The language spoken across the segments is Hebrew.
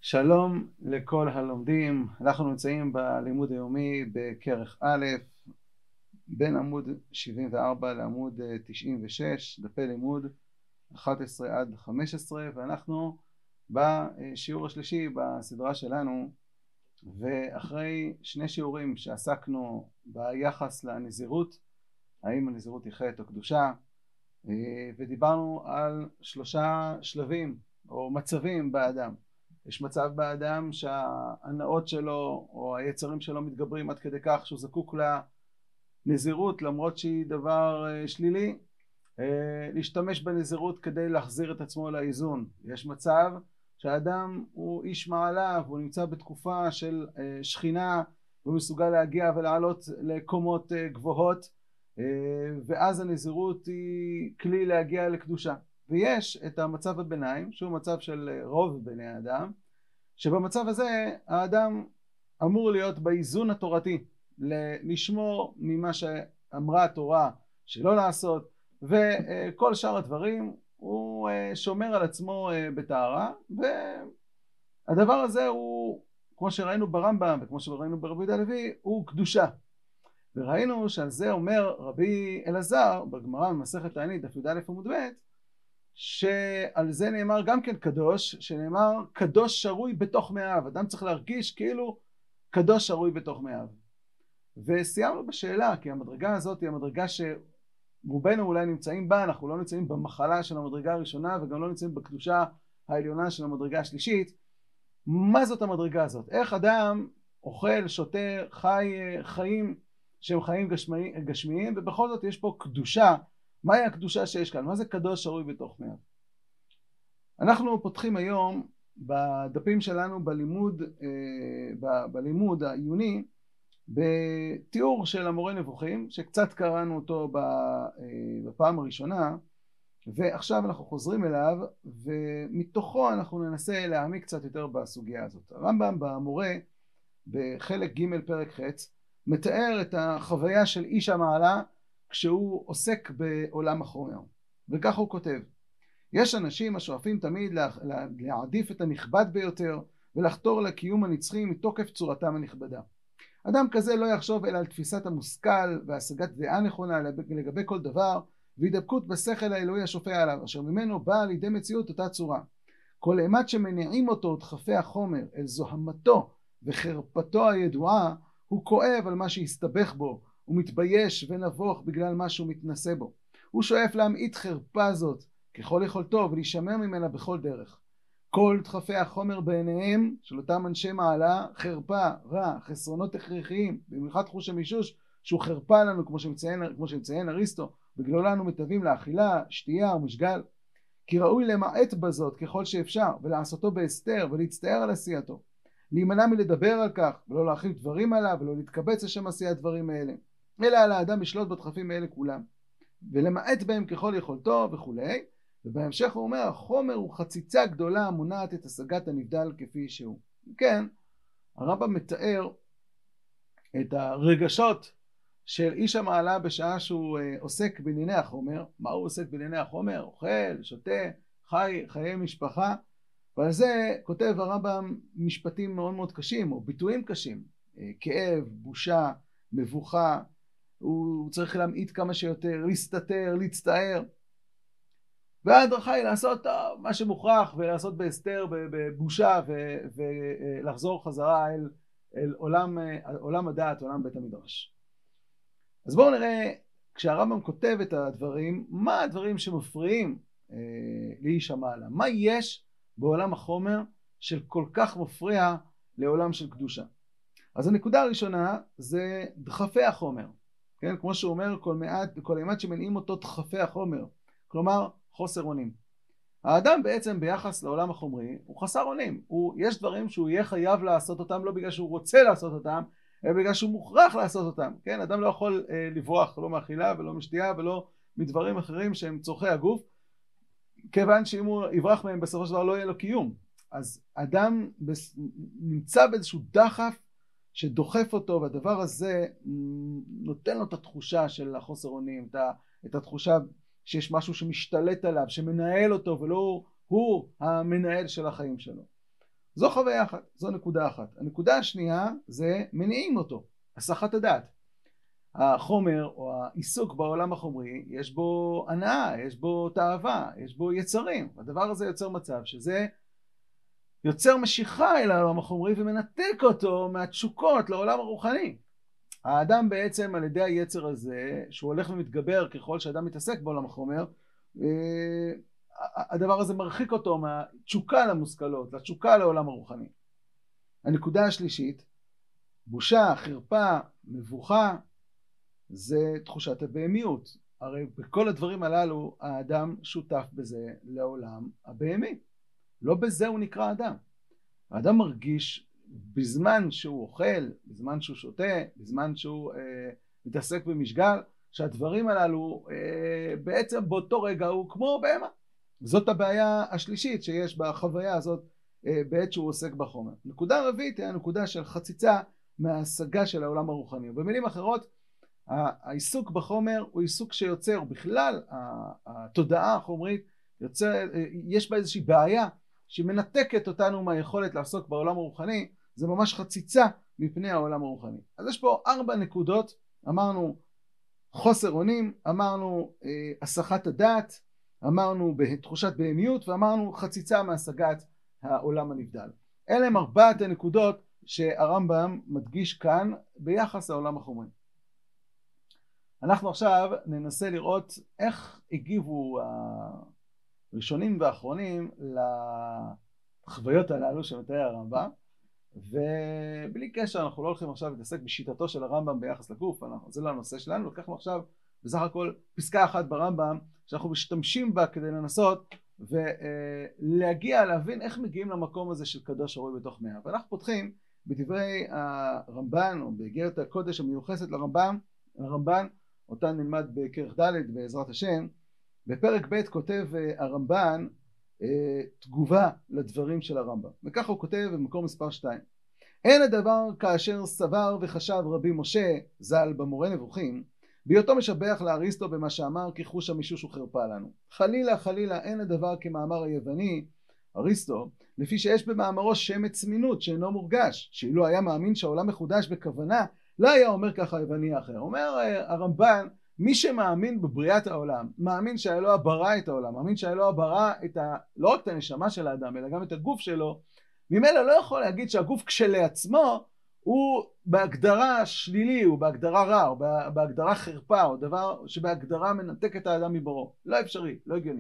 שלום לכל הלומדים, אנחנו נמצאים בלימוד היומי בכרך א' בין עמוד 74 לעמוד 96, דפי לימוד 11 עד 15, ואנחנו בשיעור השלישי בסדרה שלנו, ואחרי שני שיעורים שעסקנו ביחס לנזירות, האם הנזירות היא חטא או קדושה, ודיברנו על 3 שלבים או מצבים באדם. יש מצב באדם שההנאות שלו או היצרים שלו מתגברים עד כדי כך שהוא זקוק לנזירות למרות שהיא דבר שלילי, להשתמש בנזירות כדי להחזיר את עצמו לאיזון. יש מצב שהאדם הוא איש מעלה והוא נמצא בתקופה של שכינה והוא מסוגל להגיע ולעלות לקומות גבוהות, ואז הנזירות היא כלי להגיע לקדושה. ויש את המצב הביניים שהוא מצב של רוב בני האדם, שבמצב הזה האדם אמור להיות באיזון התורתי, לשמור ממה שאמרה התורה שלא לעשות, וכל שאר הדברים הוא שומר על עצמו בטהרה. והדבר הזה הוא, כמו שראינו ברמב"ם וכמו שראינו ברבי יהודה הלוי, הוא קדושה. וראינו שעל זה אומר רבי אלעזר בגמרא במסכת תענית דף י"א עמוד ב', שעל זה נאמר גם כן קדוש, שנאמר קדוש שרוי בתוך מאיו. אדם צריך להרגיש כאילו קדוש שרוי בתוך מאיו. וסיימנו בשאלה, כי המדרגה הזאת היא המדרגה שרובנו אולי נמצאים בה, אנחנו לא נמצאים במחלה של המדרגה הראשונה וגם לא נמצאים בקדושה העליונה של המדרגה השלישית. מה זאת המדרגה הזאת? איך אדם אוכל, שותה, חיים שהם חיים גשמיים, ובכל זאת יש פה קדושה. מהי הקדושה שיש כאן? מה זה קדוש שרוי בתוך מאיו? אנחנו פותחים היום בדפים שלנו בלימוד העיוני בתיאור של המורה נבוכים, שקצת קראנו אותו בפעם הראשונה, ועכשיו אנחנו חוזרים אליו ומתוכו אנחנו ננסה להעמיק קצת יותר בסוגיה הזאת. הרמב"ם במורה בחלק ג' פרק ח' מתאר את החוויה של איש המעלה כשהוא עוסק בעולם החומר, וכך הוא כותב: יש אנשים השואפים תמיד להעדיף את הנכבד ביותר ולחתור לקיום הנצחי מתוקף צורתם הנכבדה. אדם כזה לא יחשוב אלא על תפיסת המושכל והשגת דעה נכונה לגבי כל דבר, והידבקות בשכל האלוהי השופע עליו, אשר ממנו באה לידי מציאות אותה צורה. כל אימת שמניעים אותו דחפי החומר אל זוהמתו וחרפתו הידועה, הוא כואב על מה שהסתבך בו, הוא מתבייש ונבוך בגלל מה שהוא מתנסה בו. הוא שואף להמעיט חרפה זאת ככל יכולתו ולהישמר ממנה בכל דרך. כל דחפי החומר בעיניהם של אותם אנשי מעלה חרפה, רע, חסרונות הכרחיים, במיוחד חוש המישוש שהוא חרפה לנו, כמו שמציין אריסטו, בגללנו מתאבים לאכילה, שתייה ומשגל. כי ראוי למעט בזאת ככל שאפשר ולעשותו בהסתר ולהצטער על עשייתו, להימנע מלדבר על כך ולא להכיל דברים עליו ולא להתקבץ לשם עשיית דברים האלה, אלא על האדם לשלוט בדחפים האלה כולם ולמעט בהם ככל יכולתו וכולי. ובהמשך הוא אומר, החומר הוא חציצה גדולה המונעת את השגת הנבדל כפי שהוא. כן, הרמב"ם מתאר את הרגשות של איש המעלה בשעה שהוא עוסק בענייני החומר. מה הוא עוסק בענייני החומר? אוכל, שותה, חיי משפחה. ועל זה כותב הרמב"ם משפטים מאוד מאוד קשים או ביטויים קשים: כאב, בושה, מבוכה, הוא צריך להמעיט כמה שיותר, להסתתר, להצטער, וההדרכה היא לעשות מה שמוכרח ולעשות בהסתר, בבושה, ולחזור חזרה אל עולם הדעת, עולם בית המדרש. אז בואו נראה, כשהרמב"ם כותב את הדברים, מה הדברים שמפריעים לאיש המעלה? מה יש בעולם החומר של כל כך מפריע לעולם של קדושה? אז הנקודה הראשונה זה דחפי החומר. כן? כמו שהוא אומר, כל אימת שמניעים אותו דחפי החומר, כלומר חוסר אונים. האדם בעצם ביחס לעולם החומרי הוא חסר אונים. יש דברים שהוא יהיה חייב לעשות אותם, לא בגלל שהוא רוצה לעשות אותם, אלא בגלל שהוא מוכרח לעשות אותם. כן? אדם לא יכול לברוח, לא מאכילה ולא משתייה ולא מדברים אחרים שהם צורכי הגוף, כיוון שאם הוא יברח מהם בסופו של דבר לא יהיה לו קיום. אז אדם נמצא באיזשהו דחף שדוחף אותו, והדבר הזה נותן לו את התחושה של החוסר אונים, את התחושה שיש משהו שמשתלט עליו, שמנהל אותו, ולא הוא המנהל של החיים שלו. זו חוויה אחת, זו נקודה אחת. הנקודה השנייה זה מניעים אותו, הסחת הדעת. החומר או העיסוק בעולם החומרי יש בו הנאה, יש בו תאווה, יש בו יצרים. הדבר הזה יוצר מצב שזה יוצר משיכה אל העולם החומרי ומנתק אותו מהתשוקות לעולם הרוחני. האדם בעצם על ידי היצר הזה שהוא הולך ומתגבר ככל שאדם מתעסק בעולם החומר, הדבר הזה מרחיק אותו מהתשוקה למושכלות, לתשוקה לעולם הרוחני. הנקודה השלישית, בושה, חרפה, מבוכה, זה תחושת הבהמיות. הרי בכל הדברים הללו האדם שותף בזה לעולם הבהמי. לא בזה הוא נקרא אדם. האדם מרגיש בזמן שהוא אוכל, בזמן שהוא שותה, בזמן שהוא מתעסק במשגל, שהדברים הללו בעצם באותו רגע הוא כמו בהמה. זאת הבעיה השלישית שיש בחוויה הזאת בעת שהוא עוסק בחומר. נקודה רביעית היא הנקודה של חציצה מההשגה של העולם הרוחני. במילים אחרות, העיסוק בחומר הוא עיסוק שיוצר בכלל התודעה החומרית, יש בה איזושהי בעיה שמנתקת אותנו מהיכולת לעסוק בעולם הרוחני. זה ממש חציצה מפני העולם הרוחני. אז יש פה 4 נקודות, אמרנו חוסר אונים, אמרנו הסחת הדעת, אמרנו בתחושת בהמיות, ואמרנו חציצה מהשגת העולם הנבדל. אלה הם 4 הנקודות שהרמב"ם מדגיש כאן ביחס לעולם החומרי. אנחנו עכשיו ננסה לראות איך הגיבו הראשונים והאחרונים לחוויות הללו שמתאר הרמב"ם, ובלי קשר אנחנו לא הולכים עכשיו להתעסק בשיטתו של הרמב"ם ביחס לגוף, זה לא הנושא שלנו. לקחנו עכשיו בסך הכל פסקה אחת ברמב"ם שאנחנו משתמשים בה כדי לנסות ולהגיע להבין איך מגיעים למקום הזה של קדוש הרוי בתוך מאה. ואנחנו פותחים בדברי הרמב"ן או באיגרת הקודש המיוחסת לרמב"ן, אותה נלמד בכרך ד' בעזרת השם. בפרק ב' כותב הרמב"ן תגובה לדברים של הרמב"ם, וככה הוא כותב במקור מספר 2: אין הדבר כאשר סבר וחשב רבי משה ז"ל במורה נבוכים, בהיותו משבח לאריסטו במה שאמר כי חוש המישוש הוא חרפה לנו. חלילה חלילה אין הדבר כמאמר היווני אריסטו, לפי שיש במאמרו שמץ צמינות שאינו מורגש, שאילו היה מאמין שהעולם מחודש בכוונה לא היה אומר ככה היווני האחר. אומר הרמב"ן, מי שמאמין בבריאת העולם, מאמין שהאלוה ברא את העולם, מאמין שהאלוה ברא לא רק את הנשמה של האדם אלא גם את הגוף שלו, ממילא לא יכול להגיד שהגוף כשלעצמו הוא בהגדרה שלילי, הוא בהגדרה רע, הוא בהגדרה חרפה, או דבר שבהגדרה מנתק את האדם מבוראו. לא אפשרי, לא הגיוני.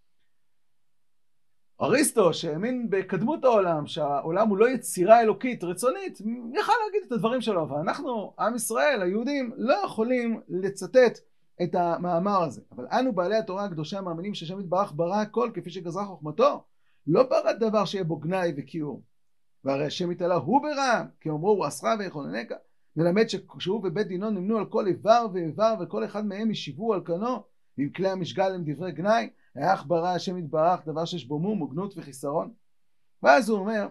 אריסטו שהאמין בקדמות העולם, שהעולם הוא לא יצירה אלוקית רצונית, יכל להגיד את הדברים שלו, ואנחנו, עם ישראל, היהודים, לא יכולים לצטט את המאמר הזה. אבל אנו בעלי התורה הקדושה מאמינים שהשם יתברך ברא הכל כפי שגזרה חוכמתו, לא ברא דבר שיהיה בו גנאי וכיעור. והרי השם יתעלה הוא ברא, כי אומרו הוא אסרה ויכוננקה, מלמד שהוא ובית דינו נמנו על כל איבר ואיבר, וכל אחד מהם ישיבו על כנו, ועם כלי המשגל הם דברי גנאי, איך ברא השם יתברך דבר שיש בו מום, מוגנות וחיסרון. ואז הוא אומר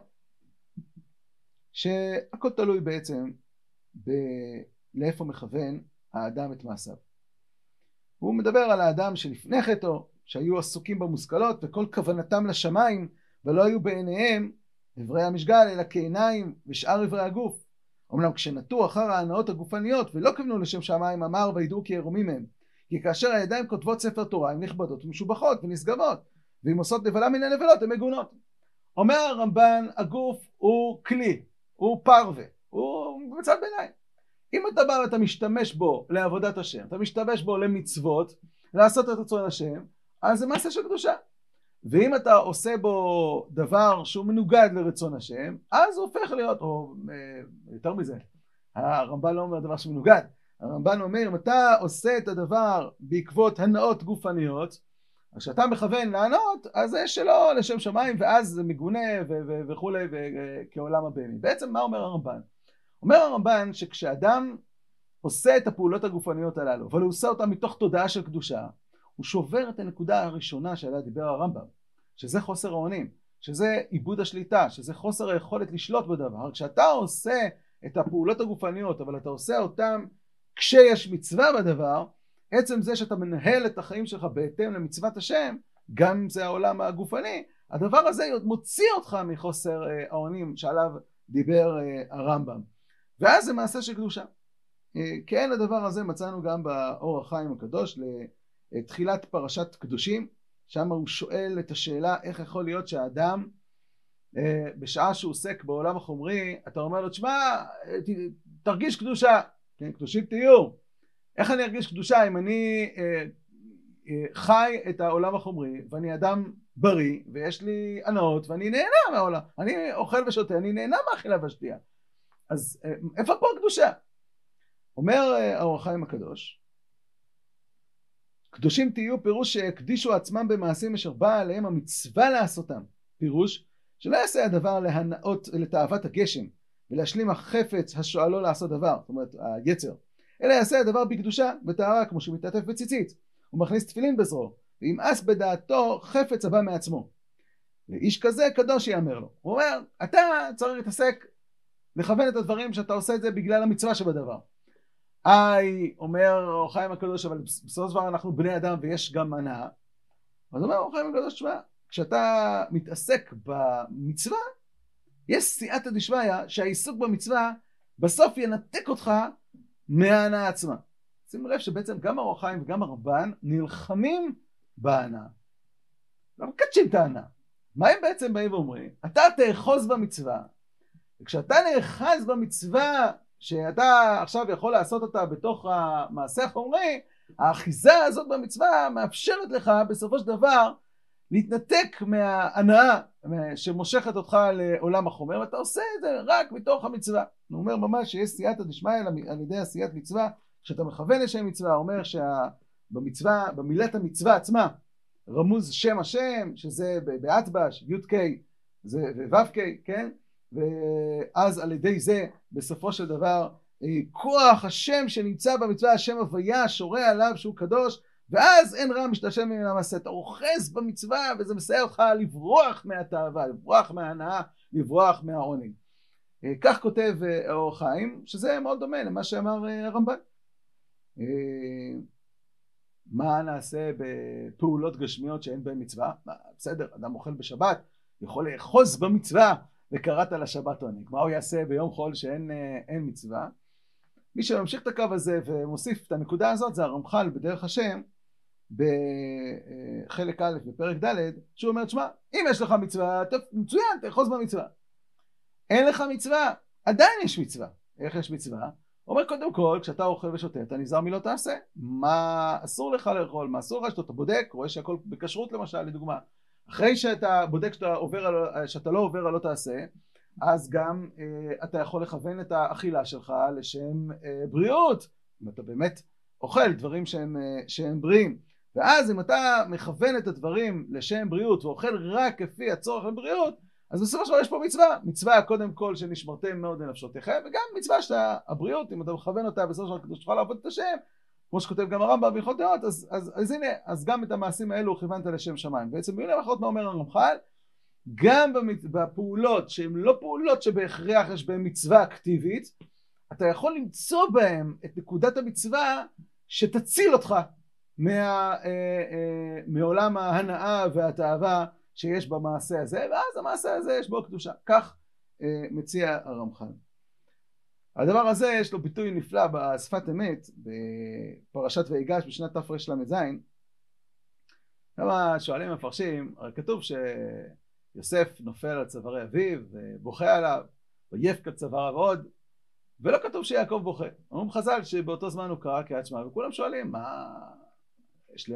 שהכל תלוי בעצם לאיפה מכוון האדם את מעשיו. הוא מדבר על האדם שלפני חטאו, שהיו עסוקים במושכלות וכל כוונתם לשמיים, ולא היו בעיניהם עברי המשגל אלא כעיניים ושאר עברי הגוף. אמנם כשנטו אחר ההנאות הגופניות ולא כוונו לשם שמיים, אמר וידעו כי ירומים מהם. כי כאשר הידיים כותבות ספר תורה הן נכבדות ומשובחות ונשגבות, ואם עושות נבלה מן הנבלות הן מגונות. אומר הרמב"ן, הגוף הוא כלי, הוא פרווה, הוא בצד ביניים. אם אתה בא ואתה משתמש בו לעבודת השם, אתה משתמש בו למצוות, לעשות את רצון השם, אז זה מעשה של קדושה. ואם אתה עושה בו דבר שהוא מנוגד לרצון השם, אז הוא הופך להיות, או יותר מזה, הרמב"ן לא אומר דבר שמנוגד, הרמב"ן אומר, אם אתה עושה את הדבר בעקבות הנאות גופניות, אז כשאתה מכוון לענות, אז זה שלא לשם שמיים, ואז זה מגונה וכו' כעולם הבהמי. בעצם מה אומר הרמב"ן? אומר הרמב"ן שכשאדם עושה את הפעולות הגופניות הללו, אבל הוא עושה אותה מתוך תודעה של קדושה, הוא שובר את הנקודה הראשונה שעליה דיבר הרמב"ם, שזה חוסר האונים, שזה איבוד השליטה, שזה חוסר היכולת לשלוט בדבר. כשאתה עושה את הפעולות הגופניות, אבל אתה עושה אותם כשיש מצווה בדבר, עצם זה שאתה מנהל את החיים שלך בהתאם למצוות השם, גם אם זה העולם הגופני, הדבר הזה מוציא אותך מחוסר האונים שעליו דיבר הרמב"ם, ואז זה מעשה של קדושה. כן, הדבר הזה מצאנו גם באור החיים הקדוש לתחילת פרשת קדושים, שם הוא שואל את השאלה איך יכול להיות שהאדם בשעה שהוא עוסק בעולם החומרי, אתה אומר לו, תשמע, תרגיש קדושה, כן, קדושים תהיו. איך אני ארגיש קדושה אם אני חי את העולם החומרי ואני אדם בריא ויש לי הנאות ואני נהנה מהעולם, אני אוכל ושותה, אני נהנה מהאכילה והשתייה, אז איפה פה קדושה? אומר האור החיים הקדוש, קדושים תהיו פירוש שהקדישו עצמם במעשים אשר באה עליהם המצווה לעשותם, פירוש שלא יעשה הדבר להנאות ולתאוות הגשם ולהשלים החפץ השואלו לעשות דבר, זאת אומרת היצר, אלא יעשה הדבר בקדושה וטהרה, כמו שהוא מתעטף בציצית ומכניס תפילין בזרועו וימאס בדעתו חפץ הבא מעצמו, לאיש כזה קדוש יאמר לו. הוא אומר, אתה צריך להתעסק לכוון את הדברים שאתה עושה את זה בגלל המצווה שבדבר. אומר האור החיים הקדוש, אבל בסופו של דבר אנחנו בני אדם ויש גם הנאה. אז אומר האור החיים הקדוש, תשמע, כשאתה מתעסק במצווה, יש סייעתא דשמיא שהעיסוק במצווה בסוף ינתק אותך מההנאה עצמה. שימו לב שבעצם גם האור החיים וגם הרמב"ן נלחמים בהנאה, לא מקדשים את ההנאה. מה הם בעצם באים ואומרים? אתה תאחוז במצווה, וכשאתה נאחז במצווה שאתה עכשיו יכול לעשות אותה בתוך המעשה החומרי, האחיזה הזאת במצווה מאפשרת לך בסופו של דבר להתנתק מההנאה שמושכת אותך לעולם החומר, ואתה עושה את זה רק מתוך המצווה. הוא אומר ממש שיש סייעתא דשמיא על ידי עשיית מצווה, כשאתה מכוון לשם מצווה, אומר שבמצווה, במילת המצווה עצמה, רמוז שם השם, שזה באטבש, י"ק וו"ק, כן? ואז על ידי זה בסופו של דבר כוח השם שנמצא במצווה, השם הוויה שורה עליו שהוא קדוש, ואז אין רע משתשם מן המעשה. אתה אוחז במצווה וזה מסייע אותך לברוח מהתאווה, לברוח מההנאה, לברוח מהעונג. כך כותב האור החיים, שזה מאוד דומה למה שאמר הרמב"ן. מה נעשה בפעולות גשמיות שאין בהן מצווה? בסדר, אדם אוכל בשבת, יכול לאחוז במצווה וקראת לשבת עונג. מה הוא יעשה ביום חול שאין מצווה? מי שממשיך את הקו הזה ומוסיף את הנקודה הזאת זה הרמח"ל בדרך השם בחלק א' בפרק ד', שהוא אומר, תשמע, אם יש לך מצווה, מצוין, תאחוז במצווה. אין לך מצווה, עדיין יש מצווה. איך יש מצווה? הוא אומר, קודם כל, כשאתה אוכל ושותה, אתה נזהר מלא תעשה. מה אסור לך לאכול, מה אסור לך, שאתה בודק, רואה שהכל בכשרות למשל, לדוגמה. אחרי שאתה בודק שאתה לא עובר על לא תעשה, אז גם אתה יכול לכוון את האכילה שלך לשם בריאות, אם אתה באמת אוכל דברים שהם בריאים. ואז אם אתה מכוון את הדברים לשם בריאות ואוכל רק כפי הצורך לבריאות, אז בסופו של דבר יש פה מצווה. מצווה קודם כל שנשמרתם מאוד לנפשותיכם, וגם מצווה שהבריאות, אם אתה מכוון אותה בסופו של דבר כדי שתוכל לעבוד את השם, כמו שכותב גם הרמב"ם בהלכות דעות, אז הנה, אז גם את המעשים האלו כיוונת לשם שמיים. בעצם במילים אחרות מה אומר הרמח"ל? גם בפעולות שהן לא פעולות שבהכרח יש בהן מצווה אקטיבית, אתה יכול למצוא בהן את נקודת המצווה שתציל אותך מעולם ההנאה והתאווה שיש במעשה הזה, ואז המעשה הזה יש בו קדושה. כך מציע הרמח"ל. הדבר הזה יש לו ביטוי נפלא בשפת אמת בפרשת ויגש בשנת תרל"ז. כמה שואלים מפרשים, הרי כתוב שיוסף נופל על צווארי אביו ובוכה עליו, ויפקד צוואריו עוד, ולא כתוב שיעקב בוכה. אומרים חז"ל שבאותו זמן הוא קרא קריאת שמע, וכולם שואלים מה יש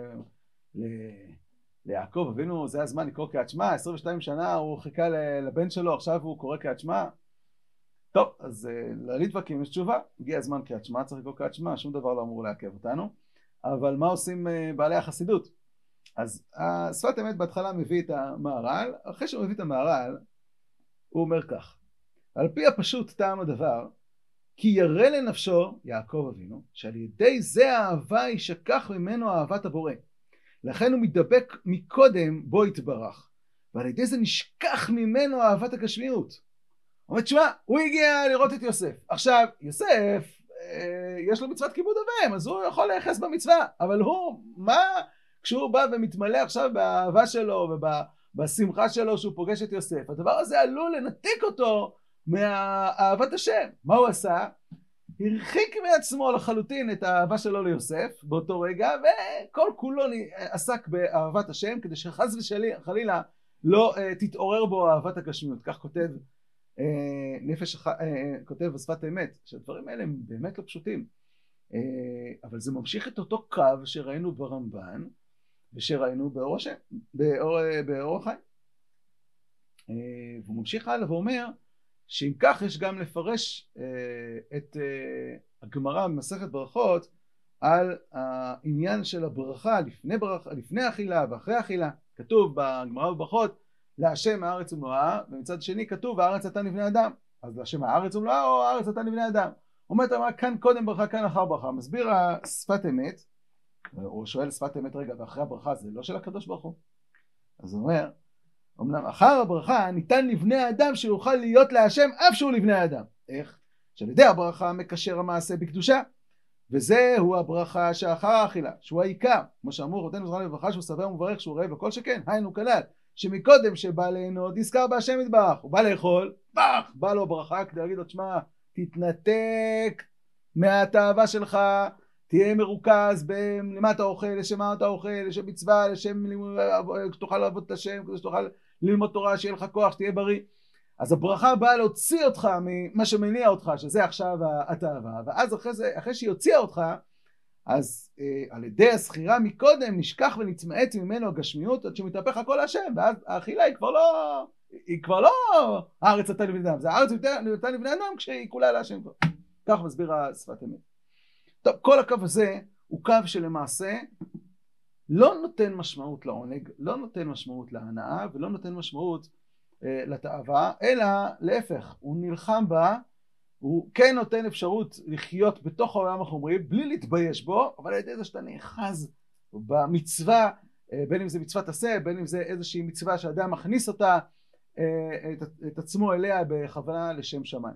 ליעקב אבינו, זה הזמן לקרוא קריאת שמע, 22 שנה הוא חיכה לבן שלו, עכשיו הוא קורא קריאת שמע. טוב, אז לליטבקים יש תשובה, הגיע הזמן קריאת שמע, צריך לקרוא קריאת שמע, שום דבר לא אמור לעכב אותנו, אבל מה עושים בעלי החסידות? אז השפת אמת בהתחלה מביא את המהר"ל, אחרי שהוא מביא את המהר"ל, הוא אומר כך, על פי הפשוט טעם הדבר, כי ירא לנפשו, יעקב אבינו, שעל ידי זה האהבה ישכח ממנו אהבת הבורא, לכן הוא מתדבק מקודם בו יתברך, ועל ידי זה נשכח ממנו אהבת הגשמיות. הוא אומר, תשמע, הוא הגיע לראות את יוסף. עכשיו, יוסף, יש לו מצוות כיבוד אב ואם, אז הוא יכול להיחס במצווה, אבל הוא, מה, כשהוא בא ומתמלא עכשיו באהבה שלו בשמחה שלו שהוא פוגש את יוסף, הדבר הזה עלול לנתק אותו מהאהבת השם. מה הוא עשה? הרחיק מעצמו לחלוטין את האהבה שלו ליוסף באותו רגע, וכל כולו עסק באהבת השם, כדי שחס וחלילה לא תתעורר בו אהבת הגשמיות. כך כותב כותב בשפת אמת, שהדברים האלה הם באמת לא פשוטים, אבל זה ממשיך את אותו קו שראינו ברמב"ן ושראינו באור החיים. והוא ממשיך הלאה ואומר שאם כך יש גם לפרש את הגמרא במסכת ברכות על העניין של הברכה לפני אכילה ואחרי אכילה. כתוב בגמרא בברכות להשם הארץ ומלואה, ומצד שני כתוב הארץ נתן לבני אדם. אז להשם הארץ ומלואה או הארץ נתן לבני אדם? אומרת כאן קודם ברכה, כאן אחר ברכה. מסביר השפת אמת, או שואל שפת אמת, רגע, ואחרי הברכה זה לא של הקדוש ברוך הוא? אז הוא אומר, אמנם אחר הברכה ניתן לבני האדם שיוכל להיות להשם אף שהוא לבני האדם. איך? שעל ידי הברכה מקשר המעשה בקדושה, וזהו הברכה שאחר האכילה, שהוא העיקר, כמו שאמרו רבותינו זכרם לברכה, שהוא שבע ומברך שהוא רעב וכל שכן, היינו כלל שמקודם שבא ליהנות נזכר בהשם יתברך, הוא בא לאכול, בא לו ברכה כדי להגיד לו, תשמע, תתנתק מהתאווה שלך, תהיה מרוכז למה אתה אוכל, לשם מה אתה אוכל, לשם מצווה, לשם שתוכל לעבוד את השם, כדי שתוכל ללמוד תורה, שיהיה לך כוח, שתהיה בריא. אז הברכה באה להוציא אותך ממה שמניע אותך, שזה עכשיו התאווה, ואז אחרי שהיא הוציאה אותך, אז על ידי הסחירה מקודם נשכח ונצמאץ ממנו הגשמיות עד שמתהפך הכל להשם, ואז האכילה היא כבר לא הארץ נתן לבני אדם, זה הארץ נתן לבני אדם כשהיא כולה להשם כבר. כך מסביר השפת אמת. טוב, כל הקו הזה הוא קו שלמעשה לא נותן משמעות לעונג, לא נותן משמעות להנאה ולא נותן משמעות לתאווה, אלא להפך, הוא נלחם בה, הוא כן נותן אפשרות לחיות בתוך העולם החומרי בלי להתבייש בו, אבל על ידי זה שאתה נאחז במצווה, בין אם זה מצוות עשה, בין אם זה איזושהי מצווה שאדם מכניס אותה, את עצמו אליה בכוונה לשם שמיים.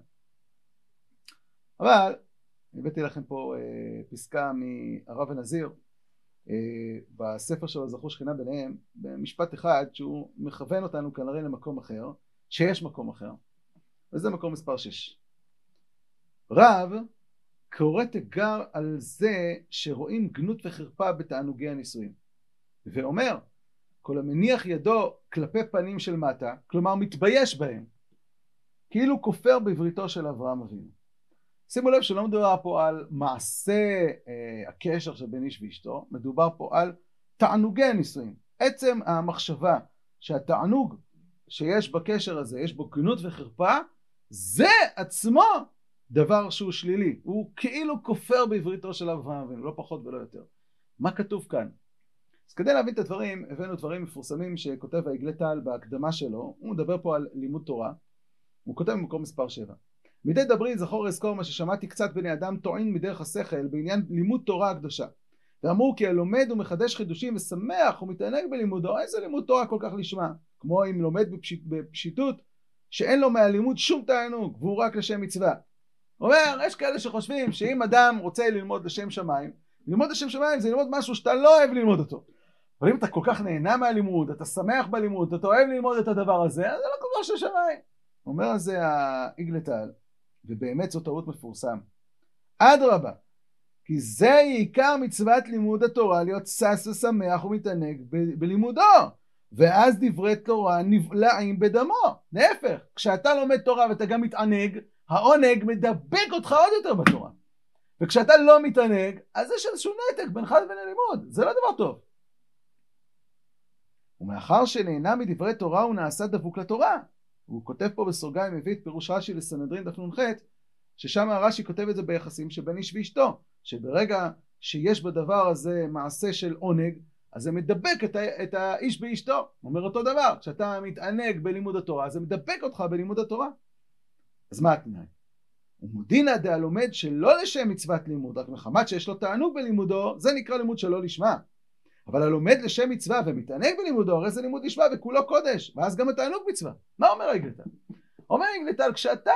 אבל הבאתי לכם פה פסקה מהרב הנזיר בספר שלו זכו שכינה ביניהם, במשפט אחד שהוא מכוון אותנו כנראה למקום אחר, שיש מקום אחר, וזה מקום מספר 6. רב קורא תיגר על זה שרואים גנות וחרפה בתענוגי הנישואים, ואומר כל המניח ידו כלפי פנים של מטה, כלומר מתבייש בהם, כאילו כופר בבריתו של אברהם אבינו. שימו לב שלא מדובר פה על מעשה הקשר שבין איש ואשתו, מדובר פה על תענוגי הנישואים. עצם המחשבה שהתענוג שיש בקשר הזה, יש בו גנות וחרפה, זה עצמו דבר שהוא שלילי. הוא כאילו כופר בבריתו של אברהם אבינו, לא פחות ולא יותר. מה כתוב כאן? אז כדי להבין את הדברים, הבאנו דברים מפורסמים שכותב העגלי טל בהקדמה שלו. הוא מדבר פה על לימוד תורה. הוא כותב במקום מספר 7. מדי דברי זכור אזכור מה ששמעתי קצת בני אדם טוען מדרך השכל בעניין לימוד תורה הקדושה. ואמרו כי הלומד ומחדש חידושים ושמח ומתענג בלימודו, איזה לימוד תורה כל כך לשמה? כמו אם לומד בפשיטות שאין לו מהלימוד שום תענוג והוא רק לשם מצווה. אומר, יש כאלה שחושבים שאם אדם רוצה ללמוד לשם שמיים, ללמוד לשם שמיים זה ללמוד משהו שאתה לא אוהב ללמוד אותו. אבל אם אתה כל כך נהנה מהלימוד, אתה שמח בלימוד, אתה אוהב ללמוד את הדבר הזה, אז זה לא כל כך של שמיים. אומר על זה העגלי טל, ובאמת זו טעות מפורסם. אדרבה, כי זה עיקר מצוות לימוד התורה, להיות שש ושמח ומתענג בלימודו, ואז דברי תורה נבלעים בדמו. להפך, כשאתה לומד תורה ואתה גם מתענג, העונג מדבק אותך עוד יותר בתורה. וכשאתה לא מתענג, אז יש איזשהו נתק בינך לבין הלימוד. זה לא דבר טוב. ומאחר שנהנה מדברי תורה הוא נעשה דבוק לתורה. הוא כותב פה בסוגריים, מביא את פירוש רש"י לסנהדרין דף נ"ח, ששם רש"י כותב את זה ביחסים שבין איש ואשתו, שברגע שיש בדבר הזה מעשה של עונג, אז זה מדבק את האיש באשתו. אומר אותו דבר, כשאתה מתענג בלימוד התורה, זה מדבק אותך בלימוד התורה. אז מה התנאי? ומודינא דהלומד שלא לשם מצוות לימוד, רק מחמת שיש לו תענוג בלימודו, זה נקרא לימוד שלא לשמה. אבל הלומד לשם מצווה ומתענג בלימודו, הרי זה לימוד לשמה וכולו קודש, ואז גם התענוג מצווה. מה אומר העגלי טל? אומר העגלי טל, כשאתה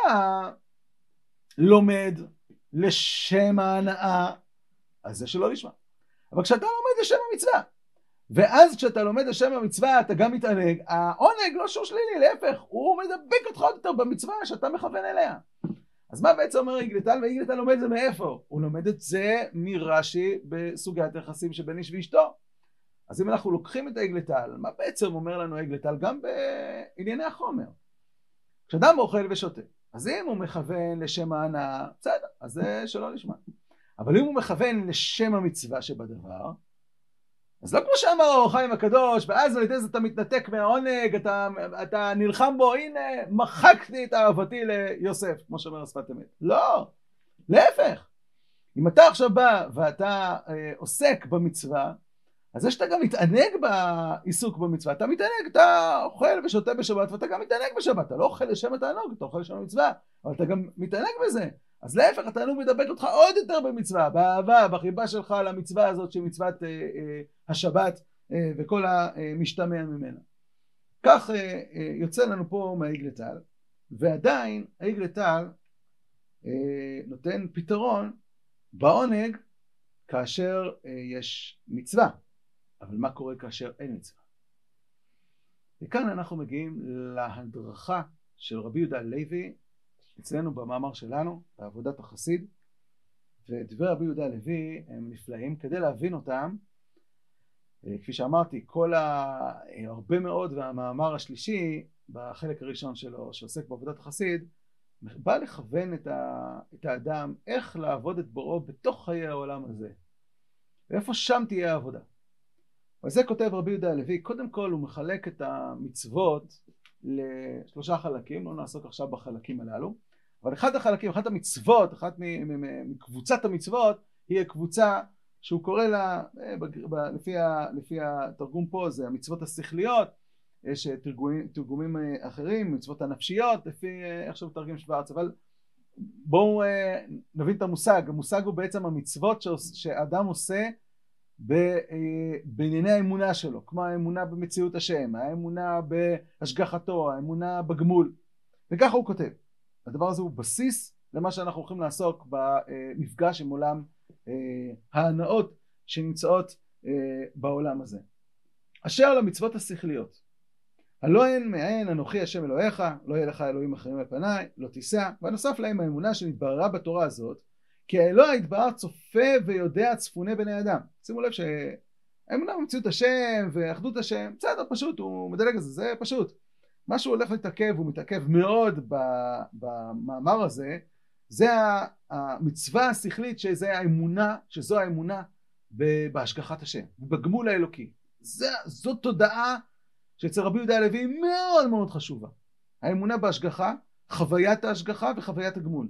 לומד לשם ההנאה, אז זה שלא לשמה. אבל כשאתה לומד לשם המצווה, ואז כשאתה לומד השם המצווה אתה גם מתענג, העונג לא שהוא שלילי, להפך, הוא מדבק אותך עוד יותר במצווה שאתה מכוון אליה. אז מה בעצם אומר יגלטל? ויגלטל לומד זה מאיפה? הוא לומד את זה מרש"י בסוגיית היחסים שבין איש ואשתו. אז אם אנחנו לוקחים את היגלטל, מה בעצם אומר לנו היגלטל גם בענייני החומר? כשאדם אוכל ושותה, אז אם הוא מכוון לשם ההנאה, בסדר, אז זה שלא נשמע. אבל אם הוא מכוון לשם המצווה שבדבר, אז לא כמו שאמר האור החיים הקדוש, ואז על ידי זה אתה מתנתק מהעונג, אתה נלחם בו, הנה, מחקתי את אהבתי ליוסף, כמו שאומר השפת אמת. לא, להפך. אם אתה עכשיו בא ואתה עוסק במצווה, אז זה שאתה גם מתענג בעיסוק במצווה, אתה מתענג, אתה אוכל ושותה בשבת, ואתה גם מתענג בשבת, אתה לא אוכל לשם התענוג, אתה אוכל לשם המצווה, אבל אתה גם מתענג בזה. אז להפך, התענוג מדבק אותך עוד יותר במצווה, באהבה, בחיבה שלך למצווה הזאת שהיא מצוות השבת וכל המשתמע ממנה. כך יוצא לנו פה מהיגלטל, ועדיין היגלטל נותן פתרון בעונג כאשר יש מצווה. אבל מה קורה כאשר אין מצווה? וכאן אנחנו מגיעים להדרכה של רבי יהודה הלוי, אצלנו במאמר שלנו, בעבודת החסיד, ודברי רבי יהודה הלוי הם נפלאים. כדי להבין אותם, כפי שאמרתי, הרבה מאוד והמאמר השלישי, בחלק הראשון שלו, שעוסק בעבודת החסיד, בא לכוון את האדם איך לעבוד את בוראו בתוך חיי העולם הזה. ואיפה שם תהיה העבודה. וזה כותב רבי יהודה הלוי. קודם כל הוא מחלק את המצוות לשלושה חלקים, לא נעסוק עכשיו בחלקים הללו, אבל אחד החלקים, אחת המצוות, אחת מקבוצת המצוות, היא הקבוצה שהוא קורא לה, לפי התרגום פה, זה המצוות השכליות, יש תרגומים אחרים, מצוות הנפשיות, לפי איך שהוא תרגם שוורץ, אבל בואו נבין את המושג. המושג הוא בעצם המצוות שאדם עושה בענייני האמונה שלו, כמו האמונה במציאות השם, האמונה בהשגחתו, האמונה בגמול, וככה הוא כותב. הדבר הזה הוא בסיס למה שאנחנו הולכים לעסוק במפגש עם עולם ההנאות שנמצאות בעולם הזה. אשר למצוות השכליות, הלא הן מהן אנוכי השם אלוהיך, לא יהיה לך אלוהים אחרים על פניי, לא תישא, ונוסף להם האמונה שנתבררה בתורה הזאת, כי האלוה יתברך צופה ויודע צפוני בני אדם. שימו לב שהאמונה במציאות השם ואחדות השם, בסדר, פשוט, הוא מדלג על זה, זה פשוט. מה שהוא הולך להתעכב, הוא מתעכב מאוד במאמר הזה, זה המצווה השכלית, שזו האמונה בהשגחת השם, בגמול האלוקי. זו תודעה שאצל רבי יהודה הלוי מאוד מאוד חשובה. האמונה בהשגחה, חוויית ההשגחה וחוויית הגמול.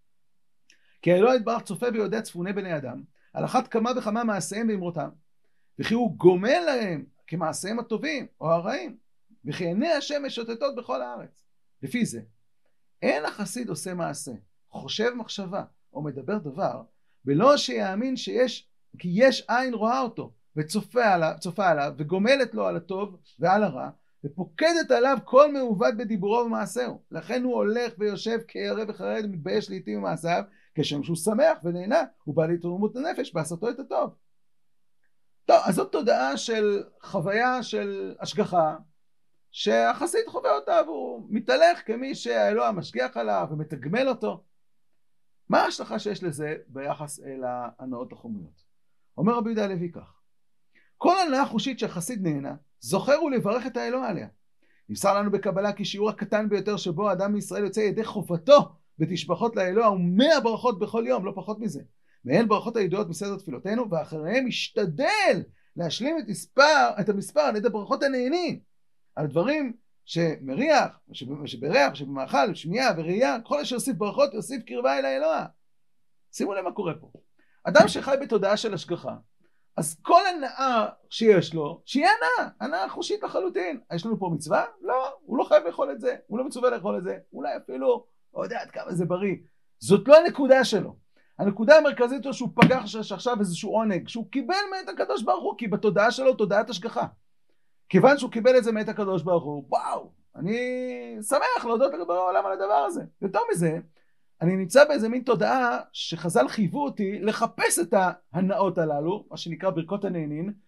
כי האלוה יתברך צופה ויודע צפוני בני אדם, על אחת כמה וכמה מעשיהם ואמרותם, וכי הוא גומל להם כמעשיהם הטובים או הרעים, וכי עיני השם משוטטות בכל הארץ. לפי זה, אין החסיד עושה מעשה, חושב מחשבה או מדבר דבר, בלא שיאמין כי יש עין רואה אותו, וצופה עליו, וגומלת לו על הטוב ועל הרע, ופוקדת עליו כל מעובד בדיבורו ומעשהו. לכן הוא הולך ויושב כערה וחרד ומתבייש לעתים במעשיו, כשם שהוא שמח ונהנה, הוא בא להתרוממות הנפש בעשותו את הטוב. טוב, אז זאת תודעה של חוויה של השגחה, שהחסיד חווה אותה, והוא מתהלך כמי שהאלוה משגיח עליו ומתגמל אותו. מה ההשלכה שיש לזה ביחס אל ההנאות החומריות? אומר רבי יהודה הלוי כך: כל הנאה חושית שהחסיד נהנה, זוכר הוא לברך את האלוה עליה. נמסר לנו בקבלה כי שיעור הקטן ביותר שבו האדם מישראל יוצא ידי חובתו בתשבחות לאלוה הוא 100 ברכות בכל יום, לא פחות מזה. מהן ברכות הידועות מסדר תפילותינו, ואחריהם משתדל להשלים את המספר על ידי ברכות הנהנים, על דברים שמריח, שבריח, שבמאכל, שמיעה וראייה, כל אשר יוסיף ברכות יוסיף קרבה אל האלוה. שימו לב מה קורה פה. אדם שחי בתודעה של השגחה, אז כל הנאה שיש לו, שיהיה הנאה חושית לחלוטין. יש לנו פה מצווה? לא, הוא לא חייב לאכול את זה, הוא לא מצווה לאכול את זה, אולי אפילו, לא יודע עד כמה זה בריא. זאת לא הנקודה שלו. הנקודה המרכזית הוא שהוא פגש עכשיו איזשהו עונג, שהוא קיבל מאת הקדוש ברוך הוא, כי בתודעה שלו תודעת השגחה. כיוון שהוא קיבל את זה מאת הקדוש ברוך הוא, וואו, אני שמח להודות לגבי העולם על הדבר הזה. יותר מזה, אני נמצא באיזה מין תודעה שחז"ל חייבו אותי לחפש את ההנאות הללו, מה שנקרא ברכות הנהנין,